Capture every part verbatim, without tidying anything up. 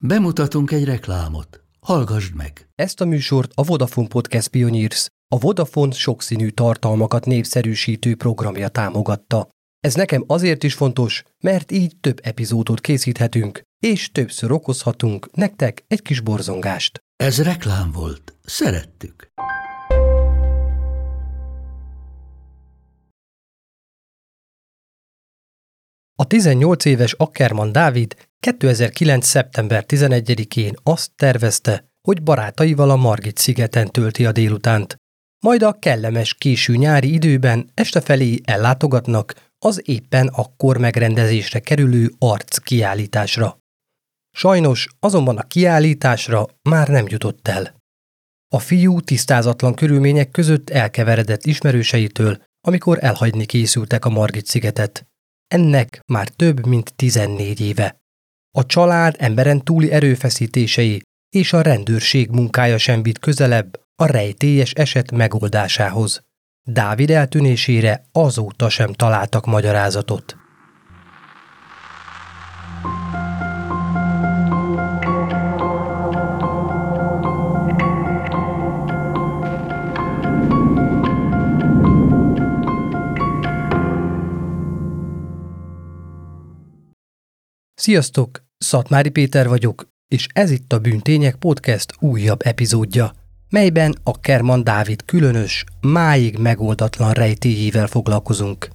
Bemutatunk egy reklámot. Hallgasd meg! Ezt a műsort a Vodafone Podcast Pioneers, a Vodafone sokszínű tartalmakat népszerűsítő programja támogatta. Ez nekem azért is fontos, mert így több epizódot készíthetünk, és többször okozhatunk nektek egy kis borzongást. Ez reklám volt. Szerettük. A tizennyolc éves Ackermann Dávid kétezer-kilenc. szeptember tizenegyedikén azt tervezte, hogy barátaival a Margit-szigeten tölti a délutánt. Majd a kellemes késő nyári időben este felé ellátogatnak az éppen akkor megrendezésre kerülő arc kiállításra. Sajnos azonban a kiállításra már nem jutott el. A fiú tisztázatlan körülmények között elkeveredett ismerőseitől, amikor elhagyni készültek a Margit-szigetet. Ennek már több mint tizennégy éve. A család emberen túli erőfeszítései és a rendőrség munkája sem vitt közelebb a rejtélyes eset megoldásához. Dávid eltűnésére azóta sem találtak magyarázatot. Sziasztok! Szatmári Péter vagyok, és ez itt a Bűntények Podcast újabb epizódja, melyben Ackermann Dávid különös, máig megoldatlan rejtélyével foglalkozunk.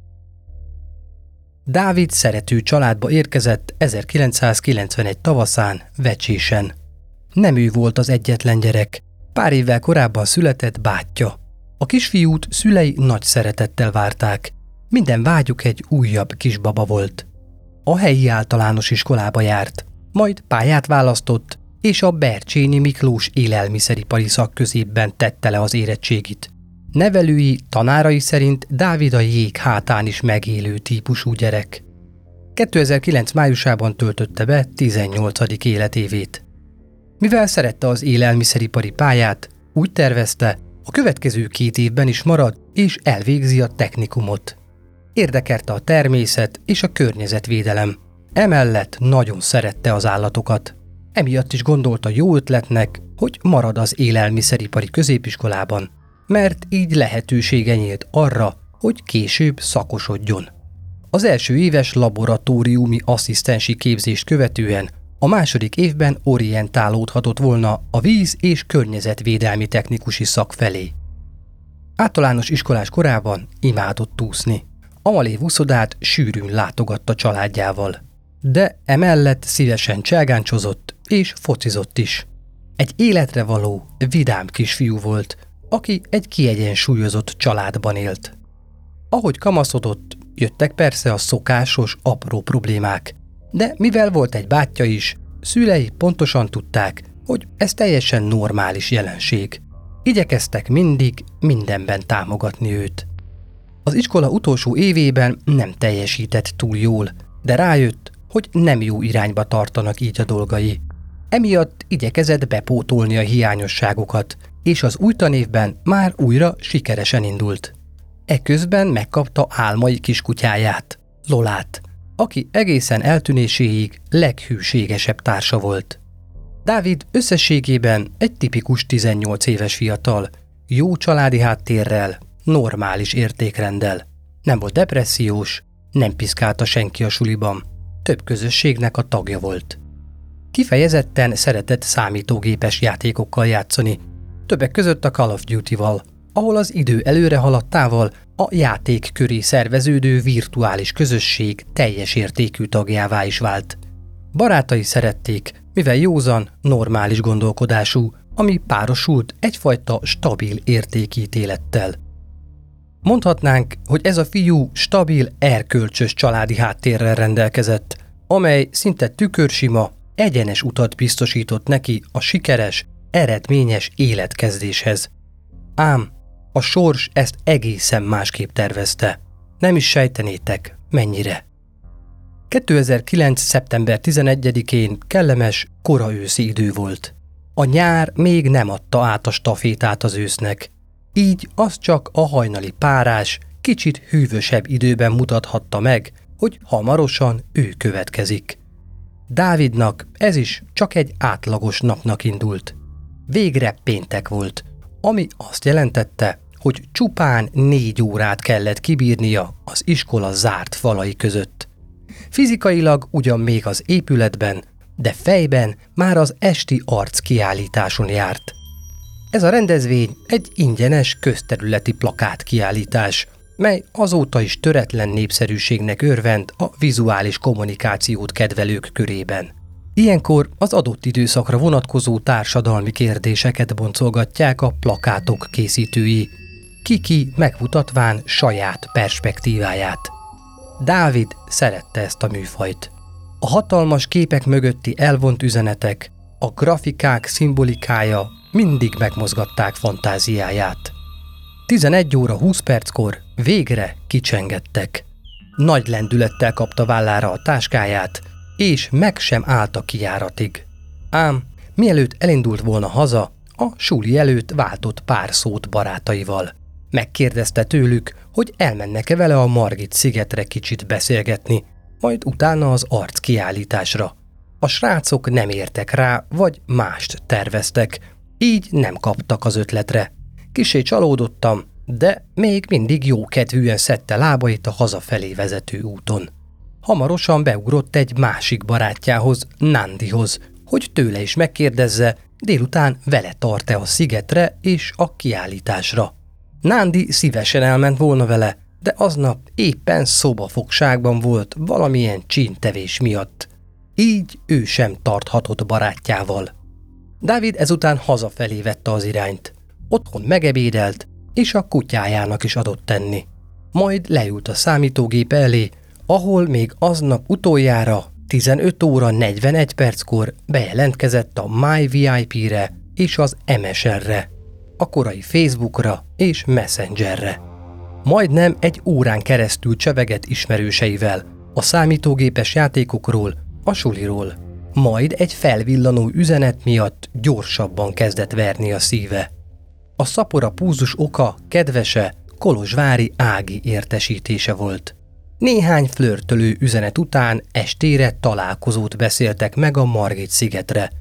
Dávid szerető családba érkezett ezerkilencszázkilencvenegy tavaszán, Vecsésen. Nem ő volt az egyetlen gyerek, pár évvel korábban született bátyja. A kisfiút szülei nagy szeretettel várták, minden vágyuk egy újabb kisbaba volt. A helyi általános iskolába járt, majd pályát választott, és a Bercsényi Miklós élelmiszeripari szakközépben tette le az érettségit. Nevelői, tanárai szerint Dávid a jég hátán is megélő típusú gyerek. kétezer-kilenc. májusában töltötte be tizennyolcadik életévét. Mivel szerette az élelmiszeripari pályát, úgy tervezte, a következő két évben is marad, és elvégzi a technikumot. Érdekelte a természet és a környezetvédelem. Emellett nagyon szerette az állatokat. Emiatt is gondolta jó ötletnek, hogy marad az élelmiszeripari középiskolában, mert így lehetősége nyílt arra, hogy később szakosodjon. Az első éves laboratóriumi asszisztensi képzést követően a második évben orientálódhatott volna a víz- és környezetvédelmi technikusi szak felé. Általános iskolás korában imádott úszni. Amalév úszodát sűrűn látogatta családjával. De emellett szívesen cselgáncsozott és focizott is. Egy életre való, vidám kisfiú volt, aki egy kiegyensúlyozott családban élt. Ahogy kamaszodott, jöttek persze a szokásos, apró problémák, de mivel volt egy bátyja is, szülei pontosan tudták, hogy ez teljesen normális jelenség. Igyekeztek mindig mindenben támogatni őt. Az iskola utolsó évében nem teljesített túl jól, de rájött, hogy nem jó irányba tartanak így a dolgai. Emiatt igyekezett bepótolni a hiányosságokat, és az új tanévben már újra sikeresen indult. Eközben megkapta álmai kiskutyáját, Lolát, aki egészen eltűnéséig leghűségesebb társa volt. Dávid összességében egy tipikus tizennyolc éves fiatal, jó családi háttérrel, normális értékrenddel. Nem volt depressziós, nem piszkálta senki a suliban, több közösségnek a tagja volt. Kifejezetten szeretett számítógépes játékokkal játszani, többek között a Call of Duty-val, ahol az idő előre haladtával a játék köré szerveződő virtuális közösség teljes értékű tagjává is vált. Barátai szerették, mivel józan, normális gondolkodású, ami párosult egyfajta stabil értékítélettel. Mondhatnánk, hogy ez a fiú stabil, erkölcsös családi háttérrel rendelkezett, amely szinte tükörsima, egyenes utat biztosított neki a sikeres, eredményes életkezdéshez. Ám a sors ezt egészen másképp tervezte. Nem is sejtenétek, mennyire. kétezer-kilenc. szeptember tizenegyedikén kellemes, kora őszi idő volt. A nyár még nem adta át a stafétát az ősznek, így az csak a hajnali párás, kicsit hűvösebb időben mutathatta meg, hogy hamarosan ő következik. Dávidnak ez is csak egy átlagos napnak indult. Végre péntek volt, ami azt jelentette, hogy csupán négy órát kellett kibírnia az iskola zárt falai között. Fizikailag ugyan még az épületben, de fejben már az esti arckiállításon járt. Ez a rendezvény egy ingyenes közterületi plakátkiállítás, mely azóta is töretlen népszerűségnek örvend a vizuális kommunikációt kedvelők körében. Ilyenkor az adott időszakra vonatkozó társadalmi kérdéseket boncolgatják a plakátok készítői, ki-ki megmutatván saját perspektíváját. Dávid szerette ezt a műfajt. A hatalmas képek mögötti elvont üzenetek, a grafikák szimbolikája mindig megmozgatták fantáziáját. tizenegy óra húsz perckor végre kicsengettek. Nagy lendülettel kapta vállára a táskáját, és meg sem állt a kijáratig. Ám mielőtt elindult volna haza, a suli előtt váltott pár szót barátaival. Megkérdezte tőlük, hogy elmennek-e vele a Margit szigetre kicsit beszélgetni, majd utána az arckiállításra. A srácok nem értek rá, vagy mást terveztek, így nem kaptak az ötletre. Kissé csalódottam, de még mindig jókedvűen szedte lábait a hazafelé vezető úton. Hamarosan beugrott egy másik barátjához, Nandihoz, hogy tőle is megkérdezze, délután vele tart-e a szigetre és a kiállításra. Nandi szívesen elment volna vele, de aznap éppen szobafogságban volt valamilyen csíntevés miatt. Így ő sem tarthatott barátjával. Dávid ezután hazafelé vette az irányt. Otthon megebédelt, és a kutyájának is adott tenni. Majd leült a számítógép elé, ahol még aznap utoljára tizenöt óra negyvenegy perckor bejelentkezett a MyVIP-re és az em es en-re, a korai Facebookra és Messengerre. Majdnem egy órán keresztül csevegett ismerőseivel, a számítógépes játékokról, a suliról. Majd egy felvillanó üzenet miatt gyorsabban kezdett verni a szíve. A szapora púzus oka kedvese, kolozsvári Ági értesítése volt. Néhány flörtölő üzenet után estére találkozót beszéltek meg a Margit szigetre.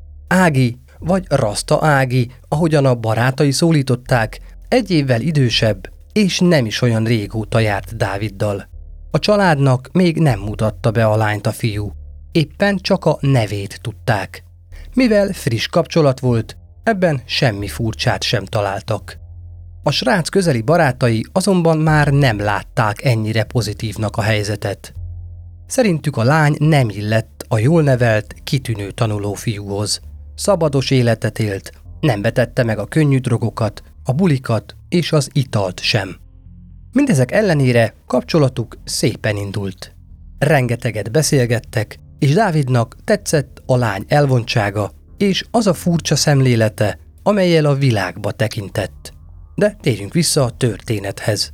Ági, vagy Rasta Ági, ahogyan a barátai szólították, egy évvel idősebb, és nem is olyan régóta járt Dáviddal. A családnak még nem mutatta be a lányt a fiú, éppen csak a nevét tudták. Mivel friss kapcsolat volt, ebben semmi furcsát sem találtak. A srác közeli barátai azonban már nem látták ennyire pozitívnak a helyzetet. Szerintük a lány nem illett a jól nevelt, kitűnő tanuló fiúhoz. Szabados életet élt, nem vetette meg a könnyű drogokat, a bulikat és az italt sem. Mindezek ellenére kapcsolatuk szépen indult. Rengeteget beszélgettek, és Dávidnak tetszett a lány elvontsága és az a furcsa szemlélete, amellyel a világba tekintett. De térjünk vissza a történethez.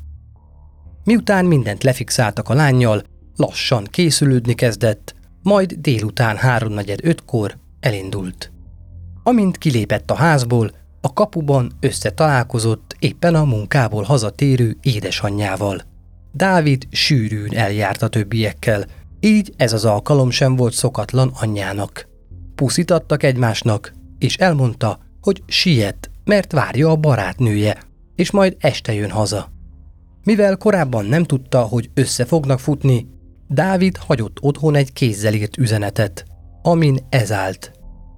Miután mindent lefixáltak a lánnyal, lassan készülődni kezdett, majd délután háromnegyed ötkor elindult. Amint kilépett a házból, a kapuban összetalálkozott éppen a munkából hazatérő édesanyjával. Dávid sűrűn eljárt a többiekkel, így ez az alkalom sem volt szokatlan anyjának. Puszit adtak egymásnak, és elmondta, hogy siet, mert várja a barátnője, és majd este jön haza. Mivel korábban nem tudta, hogy össze fognak futni, Dávid hagyott otthon egy kézzel írt üzenetet, amin ez állt.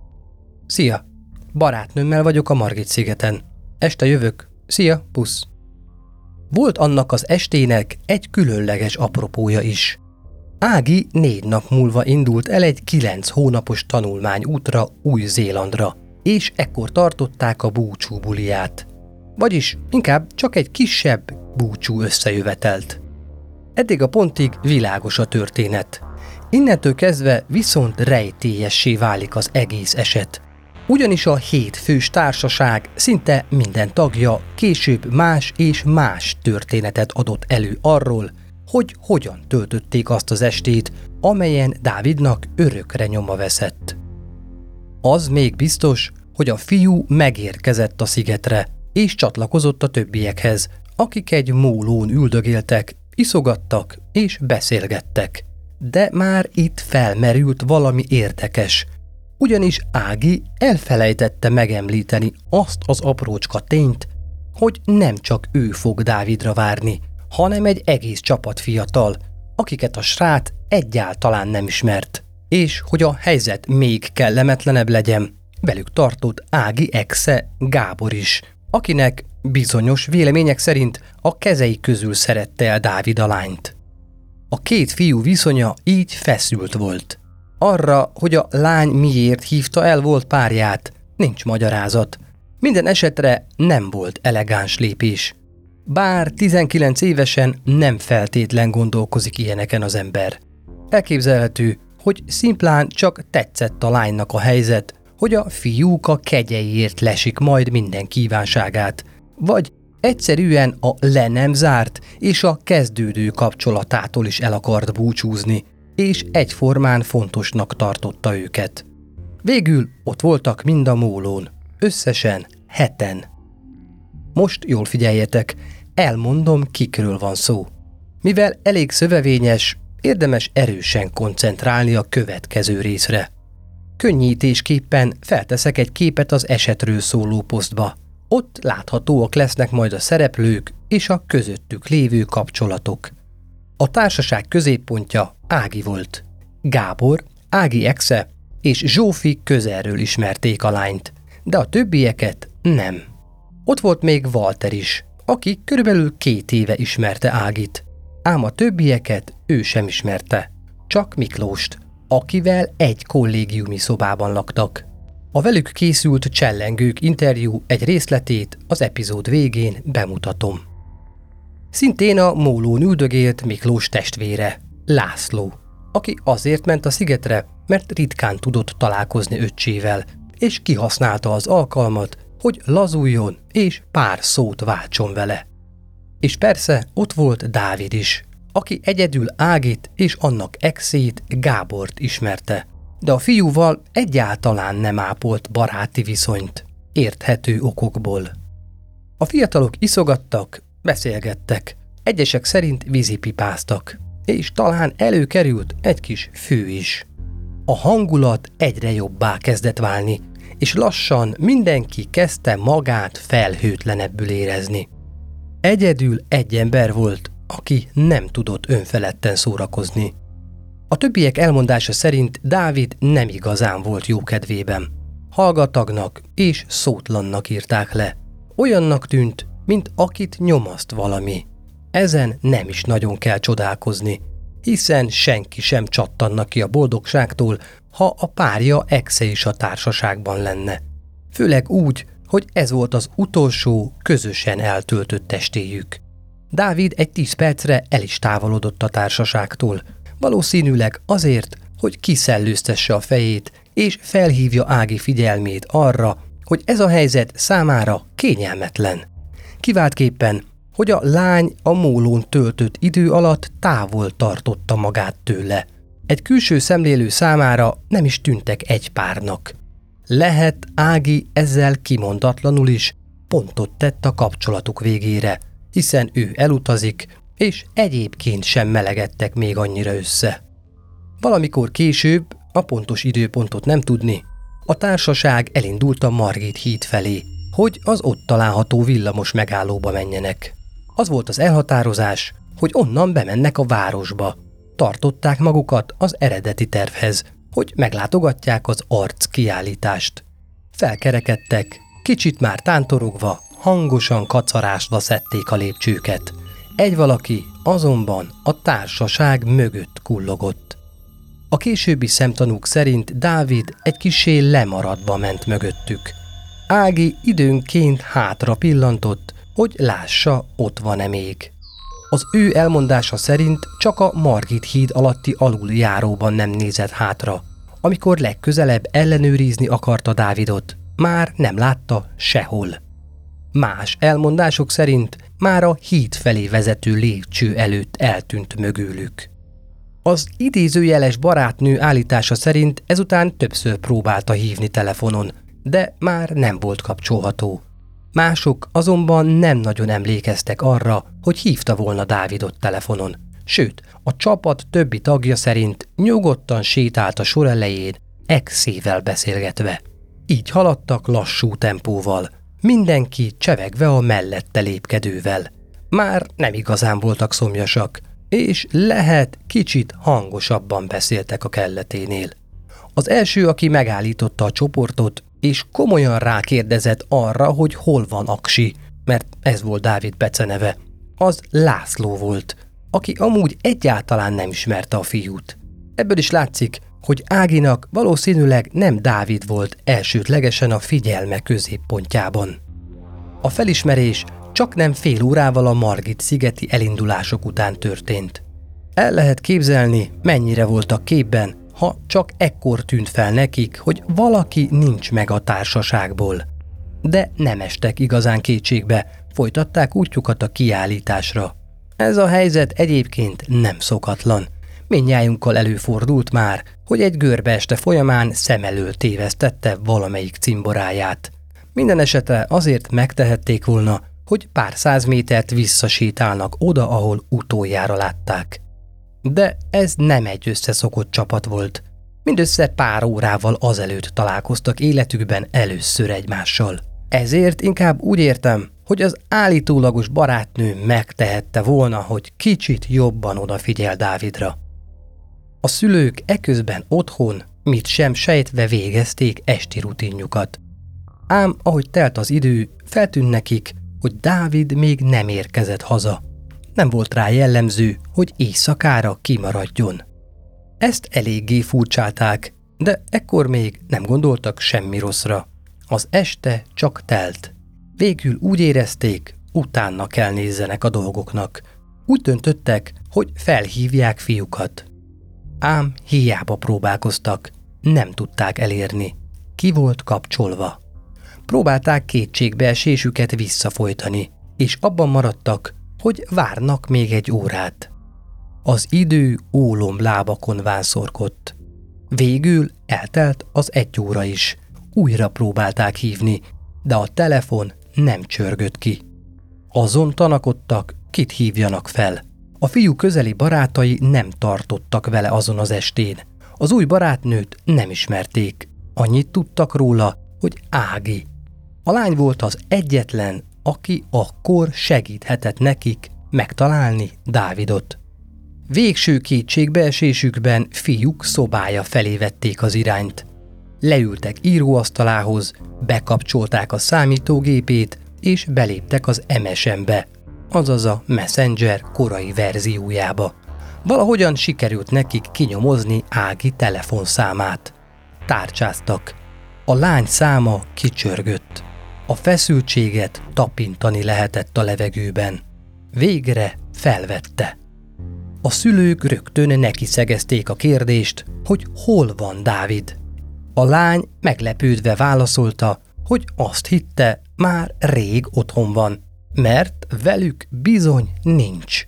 Szia! Barátnőmmel vagyok a Margit szigeten. Este jövök. Szia, pusz! Volt annak az estének egy különleges apropója is. Ági négy nap múlva indult el egy kilenc hónapos tanulmányútra Új-Zélandra, és ekkor tartották a búcsú buliját. Vagyis inkább csak egy kisebb búcsú összejövetelt. Eddig a pontig világos a történet. Innentől kezdve viszont rejtélyessé válik az egész eset. Ugyanis a hét fős társaság szinte minden tagja később más és más történetet adott elő arról, hogy hogyan töltötték azt az estét, amelyen Dávidnak örökre nyoma veszett. Az még biztos, hogy a fiú megérkezett a szigetre, és csatlakozott a többiekhez, akik egy mólón üldögéltek, iszogattak és beszélgettek. De már itt felmerült valami érdekes. Ugyanis Ági elfelejtette megemlíteni azt az aprócska tényt, hogy nem csak ő fog Dávidra várni, hanem egy egész csapat fiatal, akiket a srác egyáltalán nem ismert. És hogy a helyzet még kellemetlenebb legyen, velük tartott Ági exe Gábor is, akinek bizonyos vélemények szerint a kezei közül szerette el Dávid a lányt. A két fiú viszonya így feszült volt. Arra, hogy a lány miért hívta el volt párját, nincs magyarázat. Minden esetre nem volt elegáns lépés. Bár tizenkilenc évesen nem feltétlen gondolkozik ilyeneken az ember. Elképzelhető, hogy szimplán csak tetszett a lánynak a helyzet, hogy a fiúka kegyeiért lesik majd minden kívánságát, vagy egyszerűen a le nem zárt és a kezdődő kapcsolatától is el akart búcsúzni, és egyformán fontosnak tartotta őket. Végül ott voltak mind a mólón, összesen heten. Most jól figyeljetek, elmondom, kikről van szó. Mivel elég szövevényes, érdemes erősen koncentrálni a következő részre. Könnyítésképpen felteszek egy képet az esetről szóló posztba. Ott láthatóak lesznek majd a szereplők és a közöttük lévő kapcsolatok. A társaság középpontja Ági volt. Gábor, Ági exe és Zsófi közelről ismerték a lányt, de a többieket nem. Ott volt még Walter is, aki körülbelül két éve ismerte Ágit, ám a többieket ő sem ismerte, csak Miklóst, akivel egy kollégiumi szobában laktak. A velük készült Csellengők interjú egy részletét az epizód végén bemutatom. Szintén a mólón üldögélt Miklós testvére, László, aki azért ment a szigetre, mert ritkán tudott találkozni öccsével, és kihasználta az alkalmat, hogy lazuljon és pár szót váltson vele. És persze ott volt Dávid is, aki egyedül Ágit és annak exét Gábort ismerte, de a fiúval egyáltalán nem ápolt baráti viszonyt, érthető okokból. A fiatalok iszogattak, beszélgettek, egyesek szerint vízipipáztak, és talán előkerült egy kis fű is. A hangulat egyre jobbá kezdett válni, és lassan mindenki kezdte magát felhőtlenebbül érezni. Egyedül egy ember volt, aki nem tudott önfeledten szórakozni. A többiek elmondása szerint Dávid nem igazán volt jókedvében. Hallgatagnak és szótlannak írták le. Olyannak tűnt, mint akit nyomaszt valami. Ezen nem is nagyon kell csodálkozni, hiszen senki sem csattanna ki a boldogságtól, ha a párja exe is a társaságban lenne. Főleg úgy, hogy ez volt az utolsó, közösen eltöltött estéjük. Dávid egy tíz percre el is távolodott a társaságtól, valószínűleg azért, hogy kiszellőztesse a fejét, és felhívja Ági figyelmét arra, hogy ez a helyzet számára kényelmetlen. Kiváltképpen, hogy a lány a mólón töltött idő alatt távol tartotta magát tőle. Egy külső szemlélő számára nem is tűntek egy párnak. Lehet Ági ezzel kimondatlanul is pontot tett a kapcsolatuk végére, hiszen ő elutazik, és egyébként sem melegedtek még annyira össze. Valamikor később, a pontos időpontot nem tudni, a társaság elindult a Margit híd felé, hogy az ott található villamos megállóba menjenek. Az volt az elhatározás, hogy onnan bemennek a városba. Tartották magukat az eredeti tervhez, hogy meglátogatják az arc kiállítást. Felkerekedtek, kicsit már tántorogva, hangosan kacarásva szedték a lépcsőket. Egy valaki azonban a társaság mögött kullogott. A későbbi szemtanúk szerint Dávid egy kissé lemaradva ment mögöttük. Ági időnként hátra pillantott, hogy lássa, ott van-e még. Az ő elmondása szerint csak a Margit híd alatti aluljáróban nem nézett hátra. Amikor legközelebb ellenőrizni akarta Dávidot, már nem látta sehol. Más elmondások szerint már a híd felé vezető lépcső előtt eltűnt mögülük. Az idézőjeles barátnő állítása szerint ezután többször próbálta hívni telefonon, de már nem volt kapcsolható. Mások azonban nem nagyon emlékeztek arra, hogy hívta volna Dávidot telefonon, Sőt, a csapat többi tagja szerint nyugodtan sétált a sor elején, exével beszélgetve. Így haladtak lassú tempóval, mindenki csevegve a mellette lépkedővel. Már nem igazán voltak szomjasak, és lehet kicsit hangosabban beszéltek a kelleténél. Az első, aki megállította a csoportot, és komolyan rákérdezett arra, hogy hol van Aksi, mert ez volt Dávid beceneve, az László volt, aki amúgy egyáltalán nem ismerte a fiút. Ebből is látszik, hogy Áginak valószínűleg nem Dávid volt elsődlegesen a figyelme középpontjában. A felismerés csak nem fél órával a Margit-szigeti elindulások után történt. El lehet képzelni, mennyire voltak képben, ha csak ekkor tűnt fel nekik, hogy valaki nincs meg a társaságból. De nem estek igazán kétségbe, folytatták útjukat a kiállításra. Ez a helyzet egyébként nem szokatlan. Mindnyájunkkal előfordult már, hogy egy görbeeste folyamán szem elől tévesztette valamelyik cimboráját. Minden esetre azért megtehették volna, hogy pár száz métert visszasétálnak oda, ahol utoljára látták. De ez nem egy összeszokott csapat volt. Mindössze pár órával azelőtt találkoztak életükben először egymással. Ezért inkább úgy értem, hogy az állítólagos barátnő megtehette volna, hogy kicsit jobban odafigyel Dávidra. A szülők eközben otthon, mit sem sejtve végezték esti rutinjukat. Ám ahogy telt az idő, feltűnt nekik, hogy Dávid még nem érkezett haza. Nem volt rá jellemző, hogy éjszakára kimaradjon. Ezt eléggé furcsálták, de ekkor még nem gondoltak semmi rosszra. Az este csak telt. Végül úgy érezték, utána kell nézzenek a dolgoknak. Úgy döntöttek, hogy felhívják fiúkat. Ám hiába próbálkoztak, nem tudták elérni. Ki volt kapcsolva. Próbálták kétségbeesésüket visszafolytani, és abban maradtak, hogy várnak még egy órát. Az idő ólom lábakon vánszorgott. Végül eltelt az egy óra is. Újra próbálták hívni, de a telefon nem csörgött ki. Azon tanakodtak, kit hívjanak fel. A fiú közeli barátai nem tartottak vele azon az estén. Az új barátnőt nem ismerték. Annyit tudtak róla, hogy Ági. A lány volt az egyetlen, aki akkor segíthetett nekik megtalálni Dávidot. Végső kétségbeesésükben fiúk szobája felé vették az irányt. Leültek íróasztalához, bekapcsolták a számítógépét, és beléptek az em es en-be, azaz a Messenger korai verziójába. Valahogyan sikerült nekik kinyomozni Ági telefonszámát. Tárcsáztak. A lány száma kicsörgött. A feszültséget tapintani lehetett a levegőben. Végre felvette. A szülők rögtön nekiszegezték a kérdést, hogy hol van Dávid. A lány meglepődve válaszolta, hogy azt hitte, már rég otthon van, mert velük bizony nincs.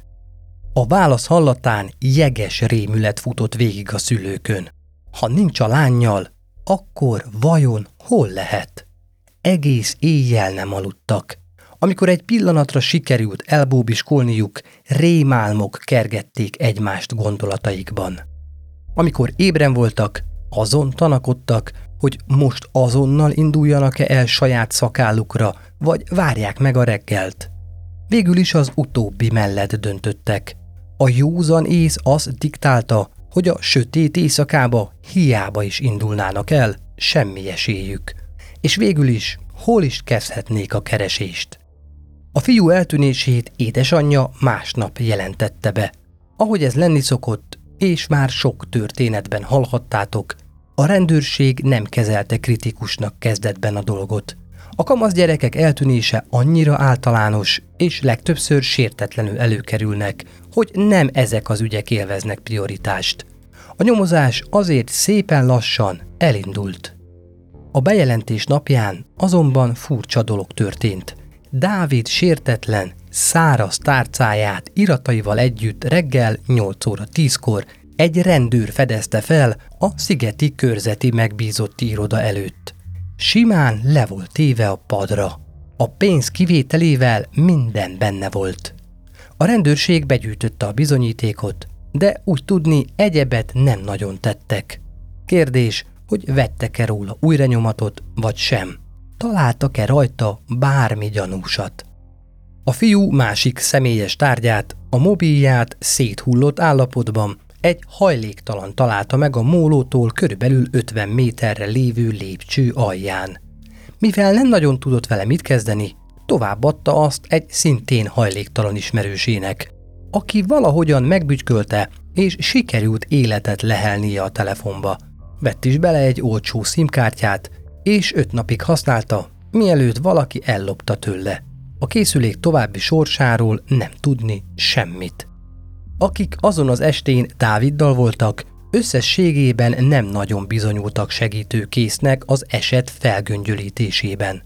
A válasz hallatán jeges rémület futott végig a szülőkön. Ha nincs a lánnyal, akkor vajon hol lehet? Egész éjjel nem aludtak. Amikor egy pillanatra sikerült elbóbiskolniuk, rémálmok kergették egymást gondolataikban. Amikor ébren voltak, azon tanakodtak, hogy most azonnal induljanak-e el saját szakállukra, vagy várják meg a reggelt. Végül is az utóbbi mellett döntöttek. A józan ész azt diktálta, hogy a sötét éjszakába hiába is indulnának el, semmi esélyük. És végül is hol is kezdhetnék a keresést. A fiú eltűnését édesanyja másnap jelentette be. Ahogy ez lenni szokott, és már sok történetben hallhattátok, a rendőrség nem kezelte kritikusnak kezdetben a dolgot. A kamasz gyerekek eltűnése annyira általános, és legtöbbször sértetlenül előkerülnek, hogy nem ezek az ügyek élveznek prioritást. A nyomozás azért szépen lassan elindult. A bejelentés napján azonban furcsa dolog történt. Dávid sértetlen, száraz tárcáját irataival együtt reggel nyolc óra tízkor egy rendőr fedezte fel a szigeti körzeti megbízotti iroda előtt. Simán le volt téve a padra. A pénz kivételével minden benne volt. A A rendőrség begyűjtötte a bizonyítékot, de úgy tudni egyebet nem nagyon tettek. Kérdés, hogy vettek-e róla újranyomatot, vagy sem. Találtak-e rajta bármi gyanúsat. A fiú másik személyes tárgyát, a mobilját széthullott állapotban egy hajléktalan találta meg a mólótól körülbelül ötven méterre lévő lépcső alján. Mivel nem nagyon tudott vele mit kezdeni, továbbadta azt egy szintén hajléktalan ismerősének, aki valahogyan megbütykölte, és sikerült életet lehelnie a telefonba. Vett is bele egy olcsó szimkártyát, és öt napig használta, mielőtt valaki ellopta tőle. A készülék további sorsáról nem tudni semmit. Akik azon az estén Dáviddal voltak, összességében nem nagyon bizonyultak segítőkésznek az eset felgöngyölítésében.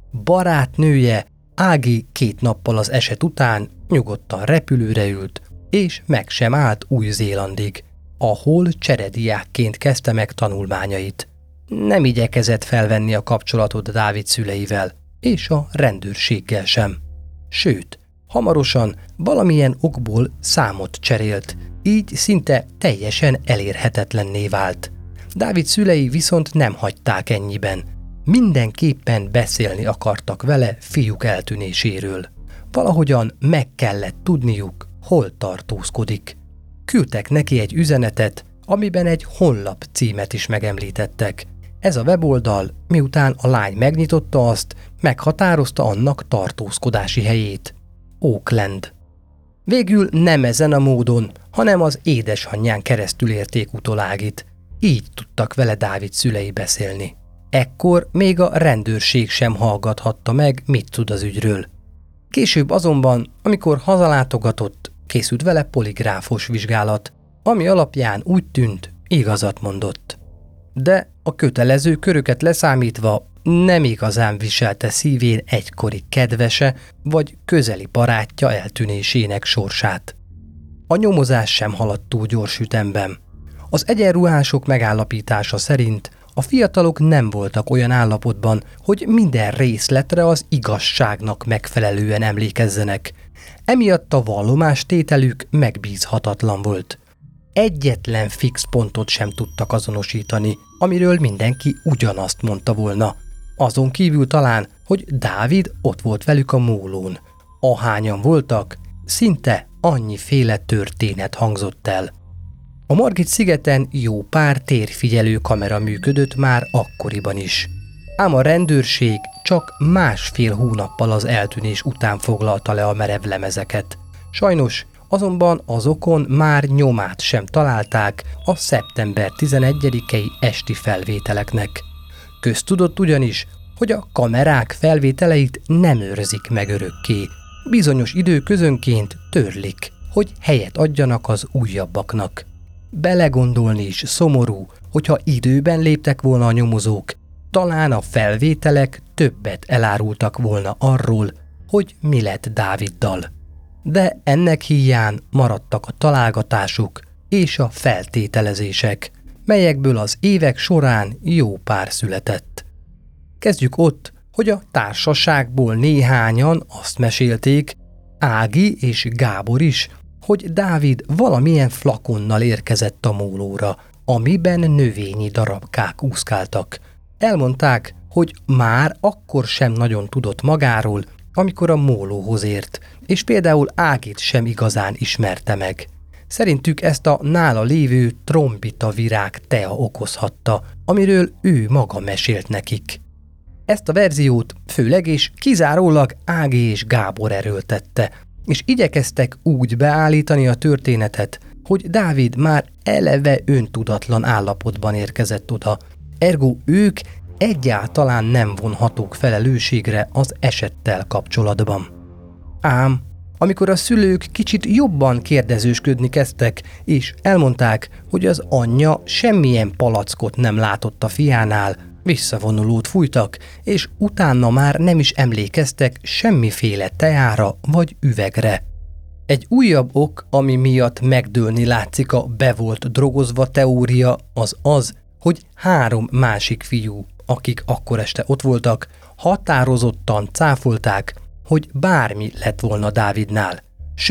Barátnője, Ági két nappal az eset után nyugodtan repülőre ült, és meg sem állt Új-Zélandig, ahol cserediákként kezdte meg tanulmányait. Nem igyekezett felvenni a kapcsolatot Dávid szüleivel, és a rendőrséggel sem. Sőt, hamarosan valamilyen okból számot cserélt, így szinte teljesen elérhetetlenné vált. Dávid szülei viszont nem hagyták ennyiben. Mindenképpen beszélni akartak vele fiúk eltűnéséről. Valahogyan meg kellett tudniuk, hol tartózkodik. Küldtek neki egy üzenetet, amiben egy honlap címet is megemlítettek. Ez a weboldal, miután a lány megnyitotta azt, meghatározta annak tartózkodási helyét. Oakland. Végül nem ezen a módon, hanem az édesanyján keresztül érték utol Ágit. Így tudtak vele Dávid szülei beszélni. Ekkor még a rendőrség sem hallgathatta meg, mit tud az ügyről. Később azonban, amikor hazalátogatott, készült vele poligráfos vizsgálat, ami alapján úgy tűnt, igazat mondott. De a kötelező köröket leszámítva nem igazán viselte szívén egykori kedvese vagy közeli barátja eltűnésének sorsát. A nyomozás sem haladt túl gyors ütemben. Az egyenruhások megállapítása szerint a fiatalok nem voltak olyan állapotban, hogy minden részletre az igazságnak megfelelően emlékezzenek. Emiatt a vallomástételük megbízhatatlan volt. Egyetlen fix pontot sem tudtak azonosítani, amiről mindenki ugyanazt mondta volna. Azon kívül talán, hogy Dávid ott volt velük a mólón. Ahányan voltak, szinte annyiféle történet hangzott el. A Margit-szigeten jó pár térfigyelő kamera működött már akkoriban is. Ám a rendőrség csak másfél hónappal az eltűnés után foglalta le a merev lemezeket. Sajnos azonban azokon már nyomát sem találták a szeptember tizenegyedikei esti felvételeknek. Köztudott ugyanis, hogy a kamerák felvételeit nem őrzik meg örökké. Bizonyos időközönként törlik, hogy helyet adjanak az újabbaknak. Belegondolni is szomorú, hogyha időben léptek volna a nyomozók, talán a felvételek többet elárultak volna arról, hogy mi lett Dáviddal. De ennek híján maradtak a találgatások és a feltételezések, melyekből az évek során jó pár született. Kezdjük ott, hogy a társaságból néhányan azt mesélték, Ági és Gábor is, hogy Dávid valamilyen flakonnal érkezett a mólóra, amiben növényi darabkák úszkáltak. Elmondták, hogy már akkor sem nagyon tudott magáról, amikor a mólóhoz ért, és például Ágit sem igazán ismerte meg. Szerintük ezt a nála lévő trombita virág tea okozhatta, amiről ő maga mesélt nekik. Ezt a verziót főleg és kizárólag Ági és Gábor erőltette, és igyekeztek úgy beállítani a történetet, hogy Dávid már eleve öntudatlan állapotban érkezett oda, ergo ők egyáltalán nem vonhatók felelősségre az esettel kapcsolatban. Ám amikor a szülők kicsit jobban kérdezősködni kezdtek, és elmondták, hogy az anyja semmilyen palackot nem látott a fiánál, visszavonulót fújtak, és utána már nem is emlékeztek semmiféle teára vagy üvegre. Egy újabb ok, ami miatt megdőlni látszik a be volt drogozva teória, az az, hogy három másik fiú, akik akkor este ott voltak, határozottan cáfolták, hogy bármi lett volna Dávidnál. Sőt,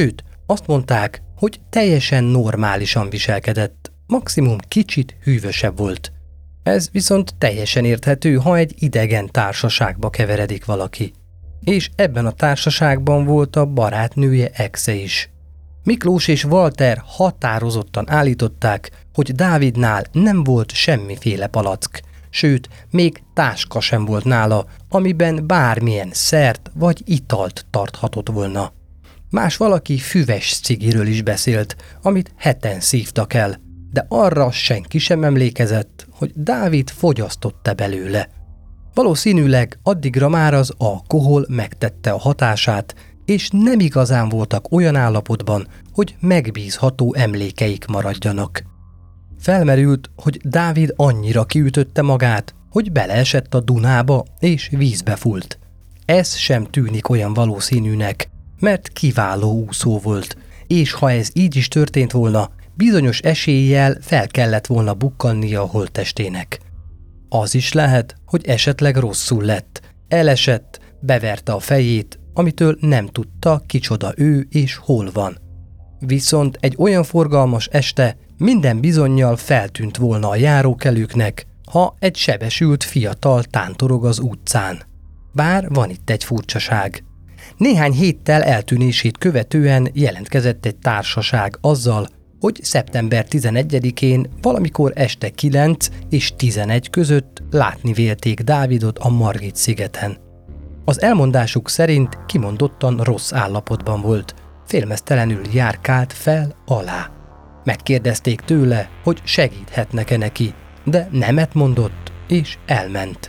Azt mondták, hogy teljesen normálisan viselkedett, maximum kicsit hűvösebb volt. Ez viszont teljesen érthető, ha egy idegen társaságba keveredik valaki. És ebben a társaságban volt a barátnője exe is. Miklós és Walter határozottan állították, hogy Dávidnál nem volt semmiféle palack, sőt, még táska sem volt nála, amiben bármilyen szert vagy italt tarthatott volna. Más valaki füves cigiről is beszélt, amit heten szívtak el, de arra senki sem emlékezett, hogy Dávid fogyasztott-e belőle. Valószínűleg addigra már az alkohol megtette a hatását, és nem igazán voltak olyan állapotban, hogy megbízható emlékeik maradjanak. Felmerült, hogy Dávid annyira kiütötte magát, hogy beleesett a Dunába és vízbe fúlt. Ez sem tűnik olyan valószínűnek, mert kiváló úszó volt, és ha ez így is történt volna, bizonyos eséllyel fel kellett volna bukkannia a holttestének. Az is lehet, hogy esetleg rosszul lett, elesett, beverte a fejét, amitől nem tudta, kicsoda ő és hol van. Viszont egy olyan forgalmas este minden bizonnyal feltűnt volna a járókelőknek, ha egy sebesült fiatal tántorog az utcán. Bár van itt egy furcsaság. Néhány héttel eltűnését követően jelentkezett egy társaság azzal, hogy szeptember tizenegyedikén valamikor este kilenc és tizenegy között látni vélték Dávidot a Margit-szigeten. Az elmondásuk szerint kimondottan rossz állapotban volt, félmeztelenül járkált fel alá. Megkérdezték tőle, hogy segíthetnek-e neki, de nemet mondott és elment.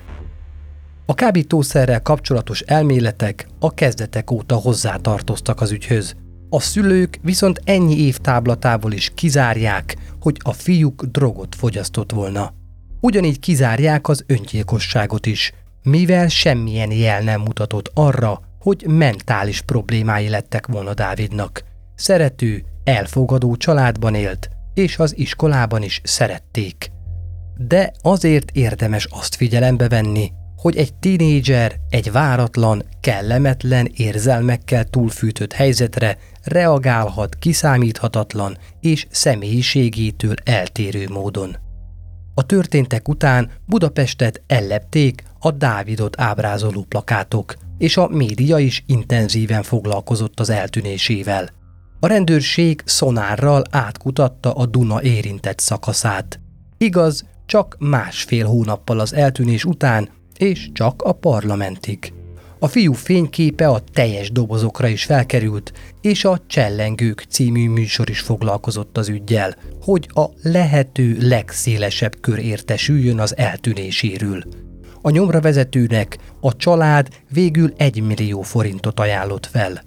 A kábítószerrel kapcsolatos elméletek a kezdetek óta hozzátartoztak az ügyhöz. A szülők viszont ennyi év táblatából is kizárják, hogy a fiúk drogot fogyasztott volna. Ugyanígy kizárják az öngyilkosságot is, mivel semmilyen jel nem mutatott arra, hogy mentális problémái lettek volna Dávidnak. Szerető, elfogadó családban élt, és az iskolában is szerették. De azért érdemes azt figyelembe venni, hogy egy tínédzser egy váratlan, kellemetlen érzelmekkel túlfűtött helyzetre reagálhat kiszámíthatatlan és személyiségétől eltérő módon. A történtek után Budapestet ellepték a Dávidot ábrázoló plakátok, és a média is intenzíven foglalkozott az eltűnésével. A rendőrség szonárral átkutatta a Duna érintett szakaszát. Igaz, csak másfél hónappal az eltűnés után, és csak a parlamentig. A fiú fényképe a teljes dobozokra is felkerült, és a Csellengők című műsor is foglalkozott az üggyel, hogy a lehető legszélesebb kör értesüljön az eltűnéséről. A nyomravezetőnek a család végül egymillió forintot ajánlott fel.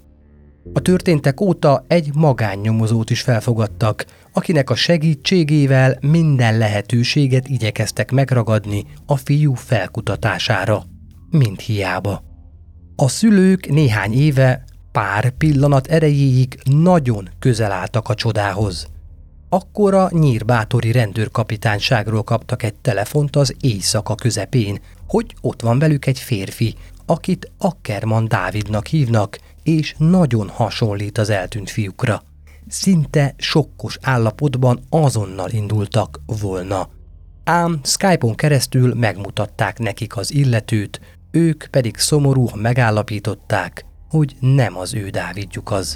A történtek óta egy magánnyomozót is felfogadtak, akinek a segítségével minden lehetőséget igyekeztek megragadni a fiú felkutatására. Mind hiába. A szülők néhány éve, pár pillanat erejéig nagyon közel álltak a csodához. Akkor a nyírbátori rendőrkapitányságról kaptak egy telefont az éjszaka közepén, hogy ott van velük egy férfi, akit Ackermann Dávidnak hívnak, és nagyon hasonlít az eltűnt fiúkra. Szinte sokkos állapotban azonnal indultak volna. Ám Skype-on keresztül megmutatták nekik az illetőt, ők pedig szomorúan megállapították, hogy nem az ő Dávidjuk az.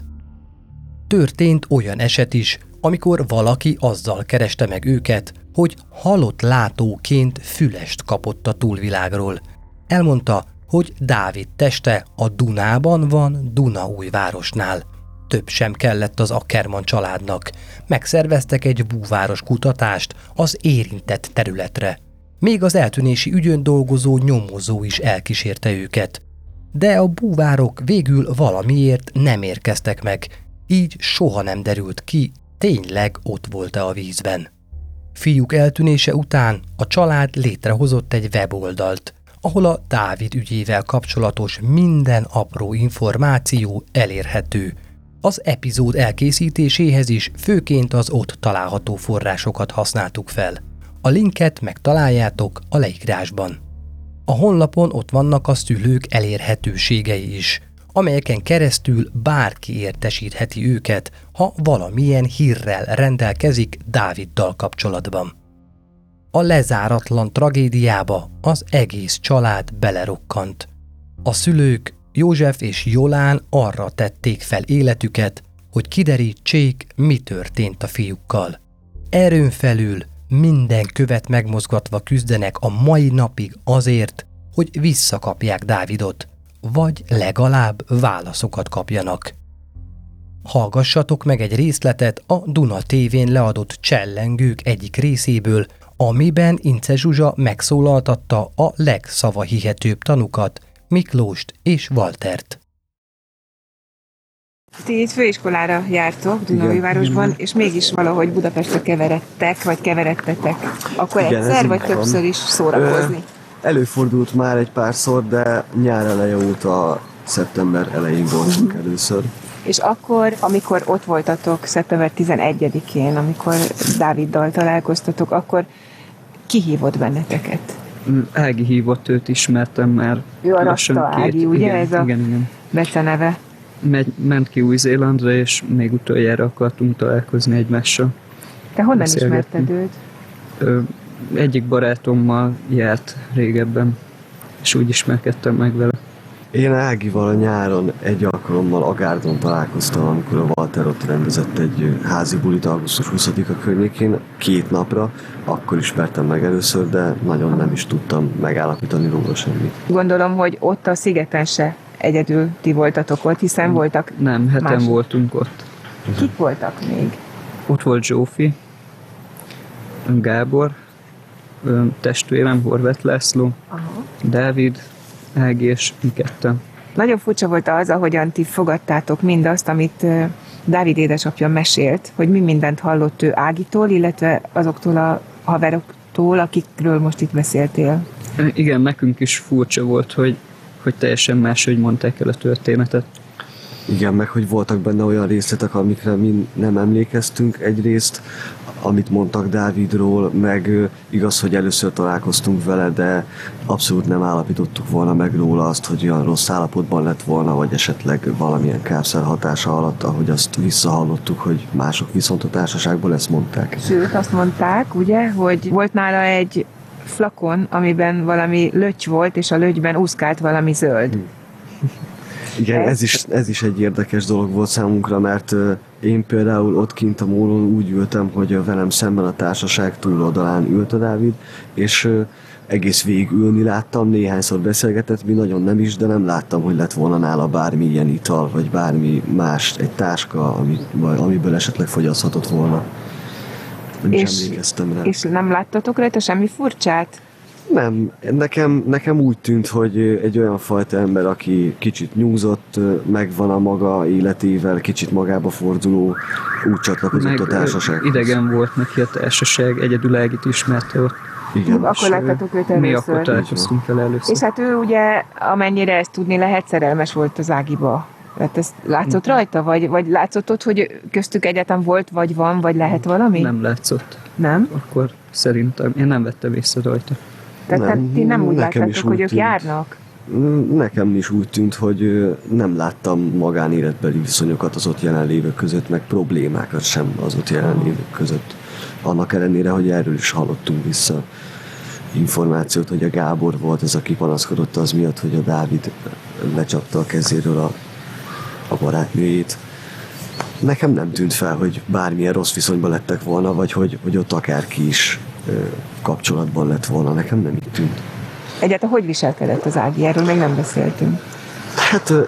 Történt olyan eset is, amikor valaki azzal kereste meg őket, hogy halott látóként fülest kapott a túlvilágról. Elmondta, hogy Dávid teste a Dunában van Dunaújvárosnál. Több sem kellett az Ackermann családnak. Megszerveztek egy búváros kutatást az érintett területre. Még az eltűnési ügyön dolgozó nyomozó is elkísérte őket. De a búvárok végül valamiért nem érkeztek meg, így soha nem derült ki, tényleg ott volt-e a vízben. Fiúk eltűnése után a család létrehozott egy weboldalt, ahol a Dávid ügyével kapcsolatos minden apró információ elérhető. Az epizód elkészítéséhez is főként az ott található forrásokat használtuk fel. A linket megtaláljátok a leírásban. A honlapon ott vannak a szülők elérhetőségei is. amelyeken keresztül bárki értesítheti őket, ha valamilyen hírrel rendelkezik Dáviddal kapcsolatban. A lezáratlan tragédiába az egész család belerokkant. A szülők, József és Jolán arra tették fel életüket, hogy kiderítsék, mi történt a fiúkkal. Erőn felül minden követ megmozgatva küzdenek a mai napig azért, hogy visszakapják Dávidot, vagy legalább válaszokat kapjanak. Hallgassatok meg egy részletet a Duna té vén leadott Csellengők egyik részéből, amiben Ince Zsuzsa megszólaltatta a legszavahihetőbb tanukat, Miklóst és Waltert. Ti itt főiskolára jártok Dunaújvárosban, és mégis valahogy Budapestre keveredtek, vagy keveredtetek. Akkor igen, egyszer, vagy többször van. Is szórakozni? Ö, előfordult már egy párszor, de nyár eleje óta szeptember elején voltunk először. És akkor, amikor ott voltatok szeptember tizenegyedikén, amikor Dáviddal találkoztatok, akkor ki hívott benneteket? Ági hívott, őt ismertem már. Ő a Rasta Ági, ugye? Igen, ez a igen, igen. beceneve. Megy, ment ki Új-Zélandra, és még utoljára akartunk találkozni egymással. Te honnan ismerted őt? Ö, egyik barátommal járt régebben, és úgy ismerkedtem meg vele. Én Ágival a nyáron egy alkalommal Agárdon találkoztam, amikor a Walter ott rendezett egy házi bulit augusztus huszadika környékén, két napra, akkor ismertem meg először, de nagyon nem is tudtam megállapítani róla semmit. Gondolom, hogy ott a szigeten se egyedül ti voltatok ott, hiszen voltak Nem, heten mások. voltunk ott. Kik voltak még? Ott volt Zsófi, Gábor, testvérem Horváth László, Aha. Dávid, Ági és mi ketten. Nagyon furcsa volt az, ahogyan ti fogadtátok mindazt, amit Dávid édesapja mesélt, hogy mi mindent hallott ő Ágitól, illetve azoktól a haveroktól, akikről most itt beszéltél. Igen, nekünk is furcsa volt, hogy, hogy teljesen máshogy mondták el a történetet. Igen, meg hogy voltak benne olyan részletek, amikre mi nem emlékeztünk egyrészt, amit mondtak Dávidról, meg igaz, hogy először találkoztunk vele, de abszolút nem állapítottuk volna meg róla azt, hogy olyan rossz állapotban lett volna, vagy esetleg valamilyen kábszer hatása alatt, ahogy azt visszahallottuk, hogy mások viszont a társaságból ezt mondták. Sőt, azt mondták, ugye, hogy volt nála egy flakon, amiben valami löty volt, és a lötyben úszkált valami zöld. Hm. Igen, ez is, ez is egy érdekes dolog volt számunkra, mert uh, én például ott kint a mólon úgy ültem, hogy uh, velem szemben a társaság túloldalán ült a Dávid, és uh, egész végig ülni láttam, néhányszor beszélgetett, mi nagyon nem is, de nem láttam, hogy lett volna nála bármi ilyen ital, vagy bármi más, egy táska, ami, amiből esetleg fogyaszthatott volna. Nem és, is emlékeztem rá. És nem láttatok rajta semmi furcsát? Nem, nekem, nekem úgy tűnt, hogy egy olyan fajta ember, aki kicsit nyúzott, megvan a maga életével, kicsit magába forduló, úgy csatlakozott meg a társasághoz. Idegen volt neki a társaság, egyedül Ágit ismerte ott. Igen, akkor láttátok őt először. Mi akkor találkoztunk vele először. És hát ő ugye, amennyire ezt tudni lehet, szerelmes volt az Ágiba. Tehát ez látszott rajta? Vagy, vagy látszott ott, hogy köztük egyáltalán volt, vagy van, vagy lehet valami? Nem látszott. Nem? Akkor szerintem, én nem vettem észre rajta. Tehát nem, ti nem úgy láttátok, hogy ők tűnt. Járnak? Nekem is úgy tűnt, hogy nem láttam magánéletbeli viszonyokat az ott jelenlévők között, meg problémákat sem az ott jelenlévők között. Annak ellenére, hogy erről is hallottunk vissza információt, hogy a Gábor volt az, aki panaszkodott az miatt, hogy a Dávid lecsapta a kezéről a, a barátnőjét. Nekem nem tűnt fel, hogy bármilyen rossz viszonyban lettek volna, vagy hogy, hogy ott akárki is kapcsolatban lett volna. Nekem nem így tűnt. Egyáltalán hogy viselkedett az Ági? Erről még nem beszéltünk. Hát, eh,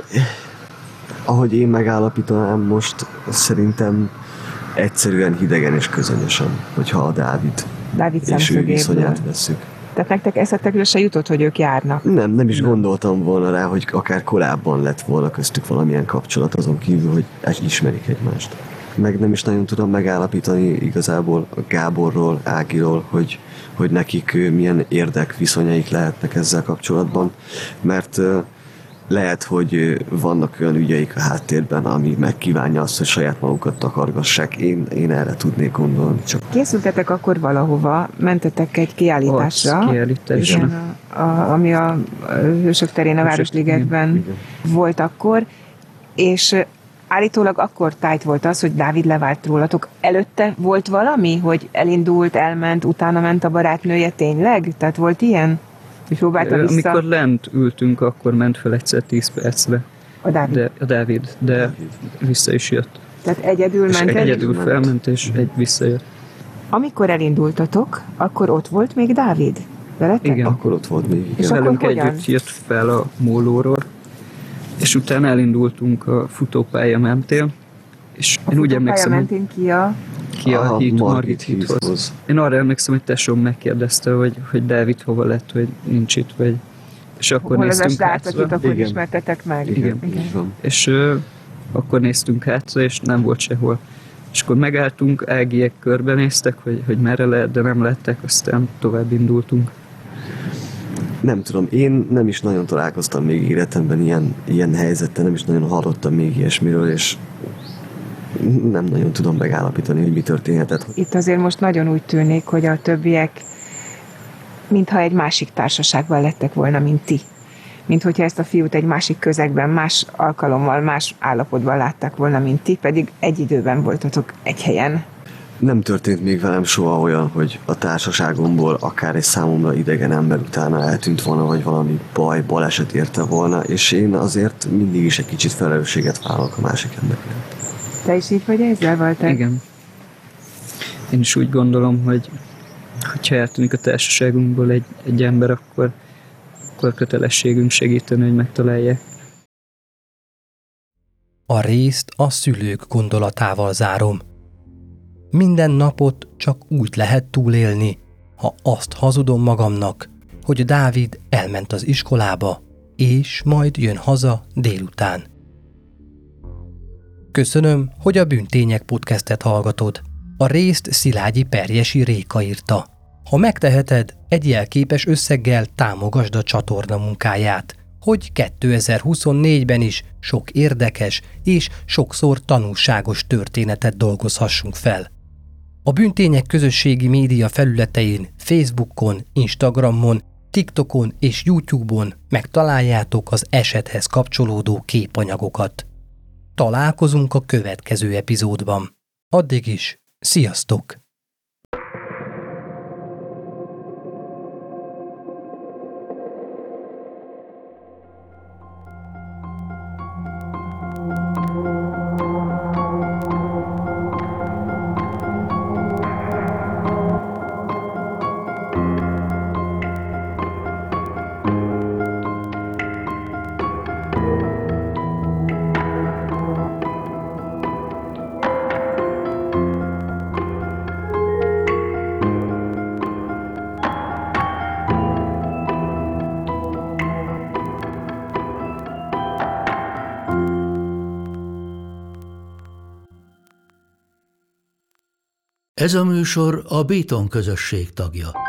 ahogy én megállapítanám most, szerintem egyszerűen hidegen és közönösen, hogyha a Dávid, Dávid és ő viszonyát vesszük. Tehát nektek eszetekről se jutott, hogy ők járnak? Nem, nem is gondoltam volna rá, hogy akár korábban lett volna köztük valamilyen kapcsolat, azon kívül, hogy ismerik egymást. Meg nem is nagyon tudom megállapítani igazából a Gáborról, Ágiról, hogy, hogy nekik milyen érdekviszonyaik lehetnek ezzel kapcsolatban, mert lehet, hogy vannak olyan ügyeik a háttérben, ami megkívánja azt, hogy saját magukat takargassák. Én, én erre tudnék gondolni. Csak... Készültetek akkor valahova, mentetek egy kiállításra. Arc kiállításra. Igen, a, a, ami a, a Hősök terén a Városligetben volt akkor, és állítólag akkor tájt volt az, hogy Dávid levált rólatok. Előtte volt valami, hogy elindult, elment, utána ment a barátnője tényleg? Tehát volt ilyen? És próbálta vissza? Amikor lent ültünk, akkor ment fel egyszer tíz percre. A Dávid? De, a Dávid, de Dávid. Vissza is jött. Tehát egyedül és ment? Egyedül felment, és egy visszajött. Amikor elindultatok, akkor ott volt még Dávid? Veletek? Igen. Akkor ott volt még. És velünk akkor hogyan? együtt jött fel a mólóról, és utána elindultunk a futópálya mentén, és A én úgy futópálya emlékszem, mentén ki a... ki a, a híd, Margit Margit hídhoz. hídhoz. Én arra emlékszem, hogy tesóm megkérdezte, hogy, hogy Dávid hova lett, hogy nincs itt, vagy... És akkor Hol az a néztünk srác, akit hátra, akkor Igen. ismertetek meg? Igen, Igen. így van. és ö, akkor néztünk hátra, és nem volt sehol. És akkor megálltunk, ágiek körbenéztek, hogy, hogy merre lehet, de nem lettek, aztán tovább indultunk. Nem tudom, én nem is nagyon találkoztam még életemben ilyen, ilyen helyzettel, nem is nagyon hallottam még ilyesmiről, és nem nagyon tudom megállapítani, hogy mi történhetett. Itt azért most nagyon úgy tűnik, hogy a többiek mintha egy másik társaságban lettek volna, mint ti. Mint hogyha ezt a fiút egy másik közegben, más alkalommal, más állapotban látták volna, mint ti, pedig egy időben voltatok egy helyen. Nem történt még velem soha olyan, hogy a társaságomból akár egy számomra idegen ember utána eltűnt volna, vagy valami baj, baleset érte volna, és én azért mindig is egy kicsit felelősséget vállalok a másik embernek. Te is így vagy ezzel, Walter? Igen. Én is úgy gondolom, hogy ha eltűnik a társaságunkból egy, egy ember, akkor, akkor kötelességünk segíteni, hogy megtalálják. A részt a szülők gondolatával zárom. Minden napot csak úgy lehet túlélni, ha azt hazudom magamnak, hogy Dávid elment az iskolába, és majd jön haza délután. Köszönöm, hogy a Bűntények podcastet hallgatod. A részt Szilágyi Perjesi Réka írta. Ha megteheted, egy jelképes összeggel támogasd a csatorna munkáját, hogy kétezer-huszonnégyben is sok érdekes és sokszor tanulságos történetet dolgozhassunk fel. A Bűntények közösségi média felületein, Facebookon, Instagramon, TikTokon és YouTube-on megtaláljátok az esethez kapcsolódó képanyagokat. Találkozunk a következő epizódban. Addig is, sziasztok! Ez a műsor a Béton közösség tagja.